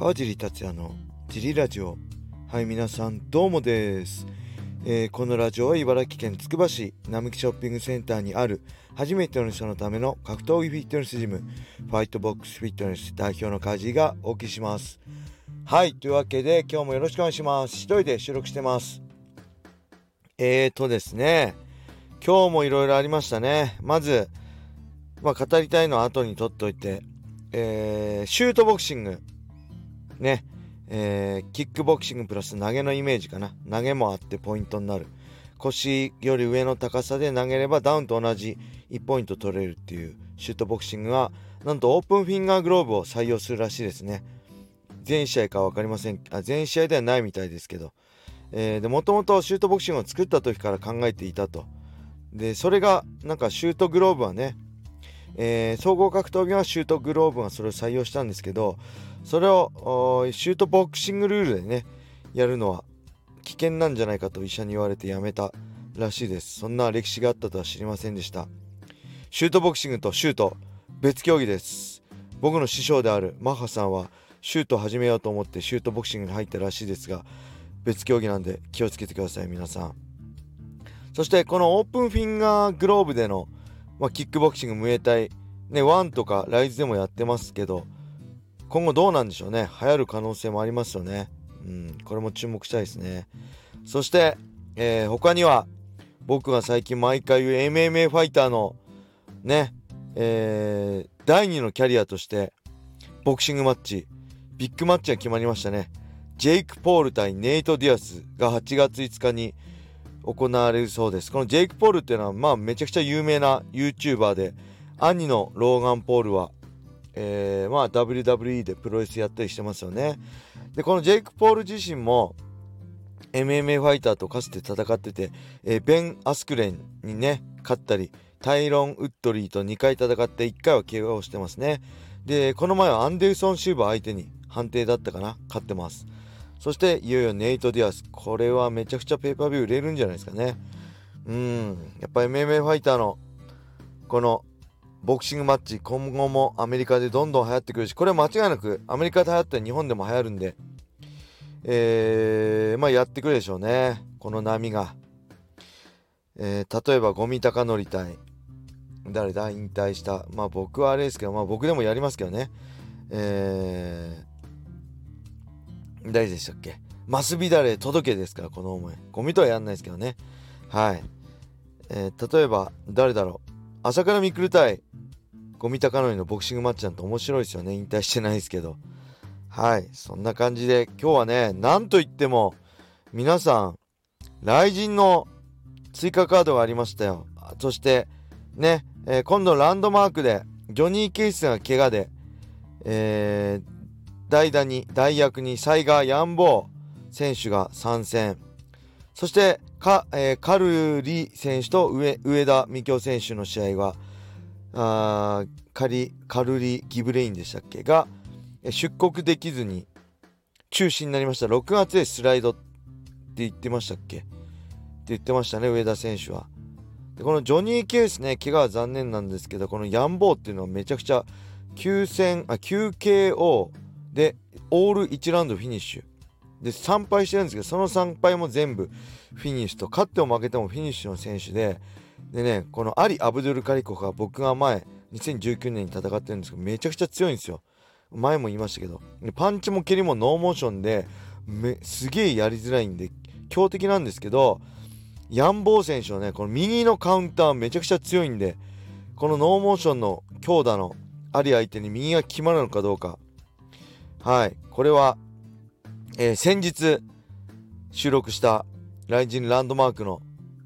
川尻達也のジリラジオ。はい、皆さんどうもです。このラジオは茨城県つくば市並木ショッピングセンターにある初めての人のための格闘技フィットネスジム、ファイトボックスフィットネス代表の川尻がお送りします。はい、というわけで今日もよろしくお願いします。一人で収録してます。ですね、今日もいろいろありましたね。まず、語りたいのは後に取っといて、シュートボクシングね、キックボクシングプラス投げのイメージかな。投げもあってポイントになる。腰より上の高さで投げればダウンと同じ1ポイント取れるっていうシュートボクシングは、なんとオープンフィンガーグローブを採用するらしいですね。全試合かは分かりません。全試合ではないみたいですけど、もともとシュートボクシングを作った時から考えていたと。でそれがなんかシュートグローブはね、総合格闘技はシュートグローブがそれを採用したんですけど、それをシュートボクシングルールでねやるのは危険なんじゃないかと医者に言われてやめたらしいです。そんな歴史があったとは知りませんでした。シュートボクシングとシュート別競技です。僕の師匠であるマッハさんはシュートを始めようと思ってシュートボクシングに入ったらしいですが、別競技なんで気をつけてください皆さん。そしてこのオープンフィンガーグローブでの、キックボクシング、ムエタイね、ワンとかライズでもやってますけど、今後どうなんでしょうね。流行る可能性もありますよね。これも注目したいですね。そして、他には僕が最近毎回言う MMA ファイターのね、第2のキャリアとしてボクシングマッチ、ビッグマッチが決まりましたね。ジェイク・ポール対ネイト・ディアスが8月5日に行われるそうです。このジェイク・ポールっていうのはめちゃくちゃ有名な YouTuber で、兄のローガン・ポールはWWE でプロレスやったりしてますよね。でこのジェイク・ポール自身も MMA ファイターとかつて戦ってて、ベン・アスクレンにね勝ったり、タイロン・ウッドリーと2回戦って1回は怪我をしてますね。でこの前はアンデルソン・シューバー相手に判定だったかな、勝ってます。そしていよいよネイト・ディアス、これはめちゃくちゃペーパービュー売れるんじゃないですかね。やっぱ MMA ファイターのこのボクシングマッチ、今後もアメリカでどんどん流行ってくるし、これは間違いなくアメリカで流行ったら日本でも流行るんで、やってくるでしょうね、この波が。例えば五味隆典対誰だ、引退した、僕はあれですけど、僕でもやりますけどね、誰でしたっけ、マスビダレ届けですから、この思いゴミとはやんないですけどね。はい、例えば誰だろう、朝倉未来対五味隆典のボクシングマッチなんて面白いですよね。引退してないですけど。はい、そんな感じで今日はね、なんといっても皆さん雷神の追加カードがありましたよ。そしてね、今度ランドマークでジョニー・ケイスが怪我で、代役にサイガー・ヤンボー選手が参戦。そしてカルリ選手と上田美京選手の試合はカルリ・ギブレインでしたっけが出国できずに中止になりました。6月でスライドって言ってましたっけって言ってましたね、上田選手は。でこのジョニー・ケースね、怪我は残念なんですけど、このヤンボーっていうのはめちゃくちゃ9KO でオール1ラウンドフィニッシュで3敗してるんですけど、その3敗も全部フィニッシュと、勝っても負けてもフィニッシュの選手でね、このアリ・アブドゥル・カリコフが僕が前2019年に戦ってるんですけど、めちゃくちゃ強いんですよ。前も言いましたけど、パンチも蹴りもノーモーションですげえやりづらいんで強敵なんですけど、ヤンボー選手のねこの右のカウンターめちゃくちゃ強いんで、このノーモーションの強打のアリ相手に右が決まるのかどうか。はい、これは、先日収録したライジンランドマークの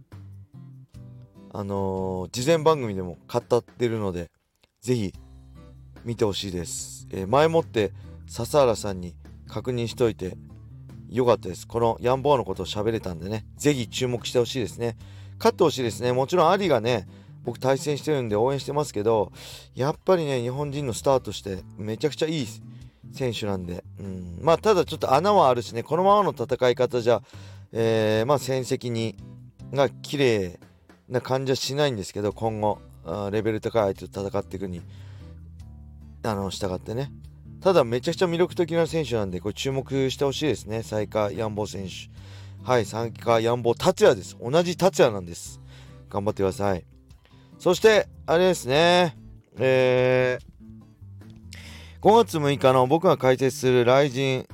事前番組でも語ってるのでぜひ見てほしいです。前もって笹原さんに確認しといてよかったです。このヤンボーのことを喋れたんでね、ぜひ注目してほしいですね。勝ってほしいですね。もちろんアリがね僕対戦してるんで応援してますけど、やっぱりね日本人のスターとしてめちゃくちゃいい選手なんで、ただちょっと穴はあるしね、このままの戦い方じゃ、戦績が綺麗な感じはしないんですけど、今後レベル高い相手と戦っていくに従ってね、 ただめちゃくちゃ魅力的な選手なんで、これ注目してほしいですね。才川ヤンボ選手。はい、才川ヤンボ達也です。同じ達也なんです。頑張ってください。そしてあれですね、5月6日の僕が解説するライジン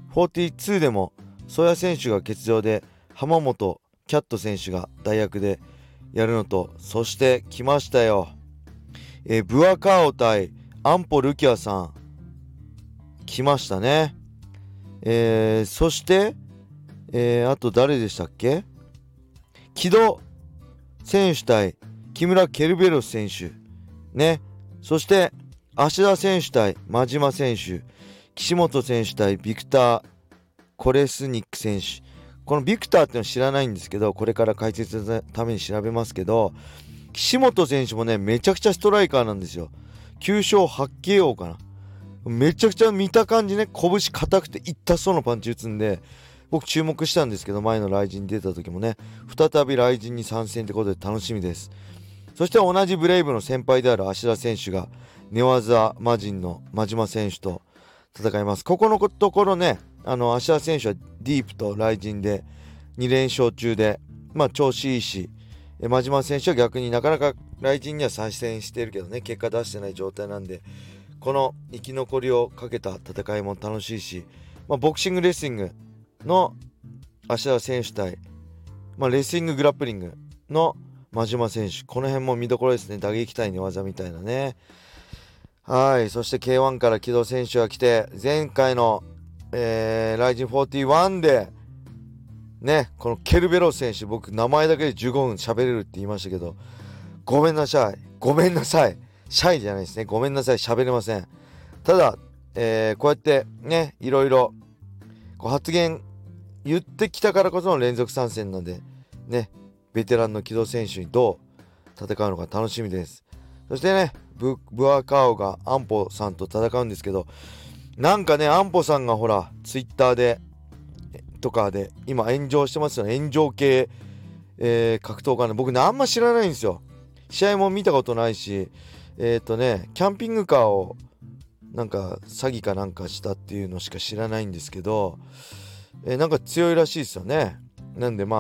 42でも曽谷選手が欠場で浜本キャット選手が代役でやるのと、そして来ましたよ、ブアカオ対アンポルキアさん来ましたね。そして、あと誰でしたっけ、木戸選手対木村ケルベロス選手ね。そして芦田選手対真島選手、岸本選手対ビクター・コレスニック選手。このビクターっての知らないんですけど、これから解説のために調べますけど、岸本選手もねめちゃくちゃストライカーなんですよ。9勝 8KO かな。めちゃくちゃ見た感じね、拳硬くて痛そうなパンチ打つんで、僕注目したんですけど、前のライジンに出た時もね、再びライジンに参戦ってことで楽しみです。そして同じブレイブの先輩である芦田選手が寝技魔人の真島選手と戦います。ここのところね、芦田選手はディープとライジンで2連勝中で、調子いいし、真島選手は逆になかなかライジンには参戦してるけどね、結果出してない状態なんで、この生き残りをかけた戦いも楽しいし、ボクシングレスリングの芦田選手対、レスリンググラップリングの真島選手、この辺も見どころですね。打撃対寝技みたいなね。はい。そして K1 から木戸選手が来て、前回の、ライジン41でね、このケルベロ選手、僕名前だけで15分喋れるって言いましたけど、ごめんなさいシャイじゃないですね。ごめんなさい、喋れません。ただ、こうやってね、いろいろこう発言言ってきたからこその連続参戦なんでね、ベテランの木戸選手にどう戦うのか楽しみです。そしてね、ブアカオがアンポさんと戦うんですけど、なんかね、アンポさんがほらツイッターでとかで今炎上してますよね。炎上系、格闘家ね、僕ねあんま知らないんですよ。試合も見たことないし、キャンピングカーをなんか詐欺かなんかしたっていうのしか知らないんですけど、なんか強いらしいですよね。なんで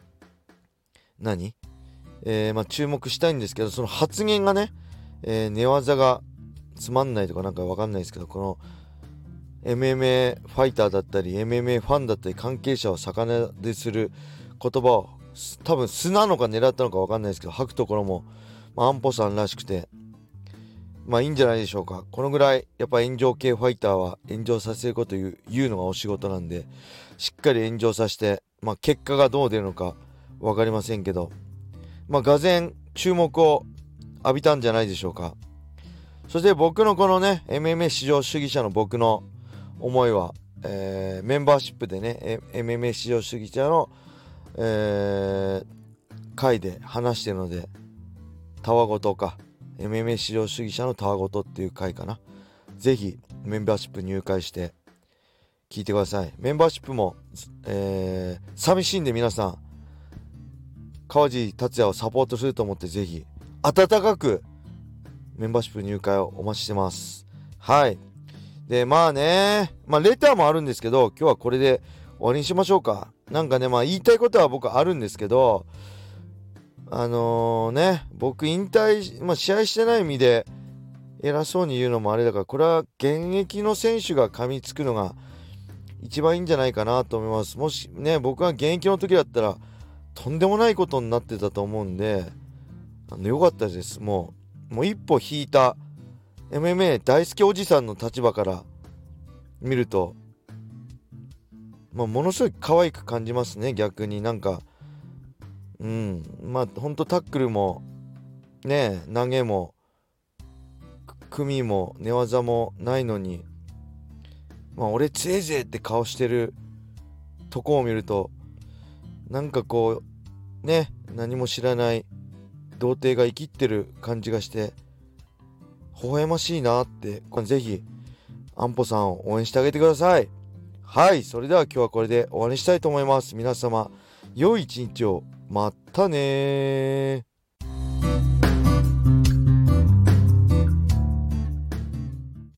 注目したいんですけど、その発言がね、寝技がつまんないとかなんかわかんないですけど、この MMA ファイターだったり MMA ファンだったり関係者を逆なでする言葉を多分素なのか狙ったのかわかんないですけど吐くところも、アンポさんらしくていいんじゃないでしょうか。このぐらいやっぱ炎上系ファイターは炎上させること言うのがお仕事なんで、しっかり炎上させて、結果がどう出るのか分かりませんけど、がぜん注目を浴びたんじゃないでしょうか。そして僕のこのね MMA 至上主義者の僕の思いは、メンバーシップでね MMA 至上主義者の、回で話してるので、たわごとかMMA 至上主義者のたわごとっていう回かな。ぜひメンバーシップ入会して聞いてください。メンバーシップも、寂しいんで皆さん川地達也をサポートすると思って、ぜひ温かくメンバーシップ入会をお待ちしてます。はい。でレターもあるんですけど、今日はこれで終わりにしましょうか。なんかね言いたいことは僕あるんですけど、僕引退、試合してない意味で偉そうに言うのもあれだから、これは現役の選手が噛みつくのが一番いいんじゃないかなと思います。もしね、僕が現役の時だったらとんでもないことになってたと思うんで、よかったです。もう一歩引いた MMA 大好きおじさんの立場から見ると、ものすごい可愛く感じますね。逆になんかほんとタックルもね、投げも組も寝技もないのに、俺強えぜって顔してるとこを見ると、なんかこうね、何も知らない童貞が生きってる感じがして微笑ましいなって。ぜひアンポさんを応援してあげてください。はい、それでは今日はこれで終わりにしたいと思います。皆様良い一日を。またねー。